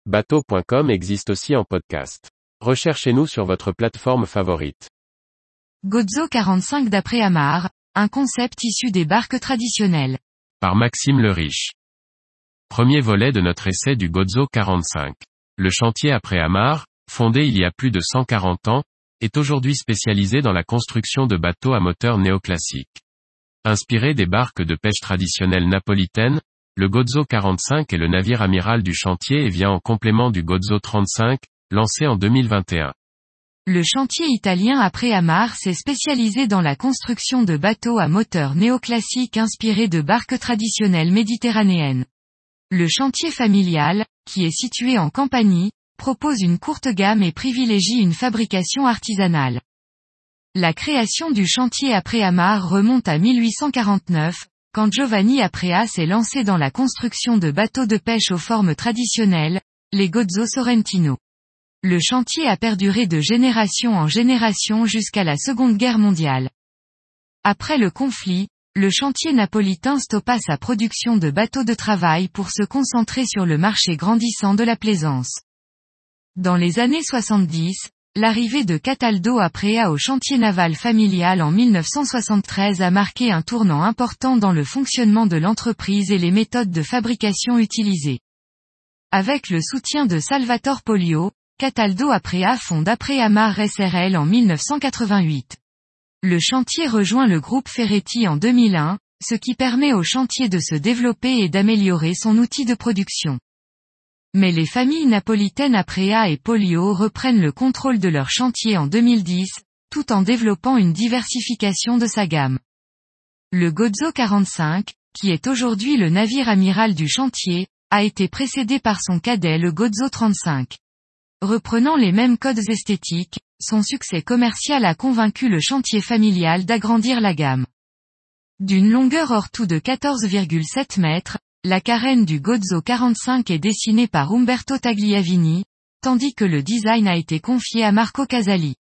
Bateau.com existe aussi en podcast. Recherchez-nous sur votre plateforme favorite. Gozo 45 d'après Amar, un concept issu des barques traditionnelles. Par Maxime Le Riche. Premier volet de notre essai du Gozo 45. Le chantier après Amar, fondé il y a plus de 140 ans, est aujourd'hui spécialisé dans la construction de bateaux à moteur néoclassique. Inspiré des barques de pêche traditionnelles napolitaines, le Gozo 45 est le navire amiral du chantier et vient en complément du Gozo 35, lancé en 2021. Le chantier italien après Amar s'est spécialisé dans la construction de bateaux à moteur néoclassique inspirés de barques traditionnelles méditerranéennes. Le chantier familial, qui est situé en Campanie, propose une courte gamme et privilégie une fabrication artisanale. La création du chantier après Amar remonte à 1849, quand Giovanni Aprea s'est lancé dans la construction de bateaux de pêche aux formes traditionnelles, les Gozo Sorrentino. Le chantier a perduré de génération en génération jusqu'à la Seconde Guerre mondiale. Après le conflit, le chantier napolitain stoppa sa production de bateaux de travail pour se concentrer sur le marché grandissant de la plaisance. Dans les années 70, l'arrivée de Cataldo Aprea au chantier naval familial en 1973 a marqué un tournant important dans le fonctionnement de l'entreprise et les méthodes de fabrication utilisées. Avec le soutien de Salvatore Pollio, Cataldo Aprea fonde Aprea Amar SRL en 1988. Le chantier rejoint le groupe Ferretti en 2001, ce qui permet au chantier de se développer et d'améliorer son outil de production. Mais les familles napolitaines Aprea et Pollio reprennent le contrôle de leur chantier en 2010, tout en développant une diversification de sa gamme. Le Gozo 45, qui est aujourd'hui le navire amiral du chantier, a été précédé par son cadet le Gozo 35. Reprenant les mêmes codes esthétiques, son succès commercial a convaincu le chantier familial d'agrandir la gamme. D'une longueur hors tout de 14,7 mètres, la carène du Gozo 45 est dessinée par Umberto Tagliavini, tandis que le design a été confié à Marco Casali.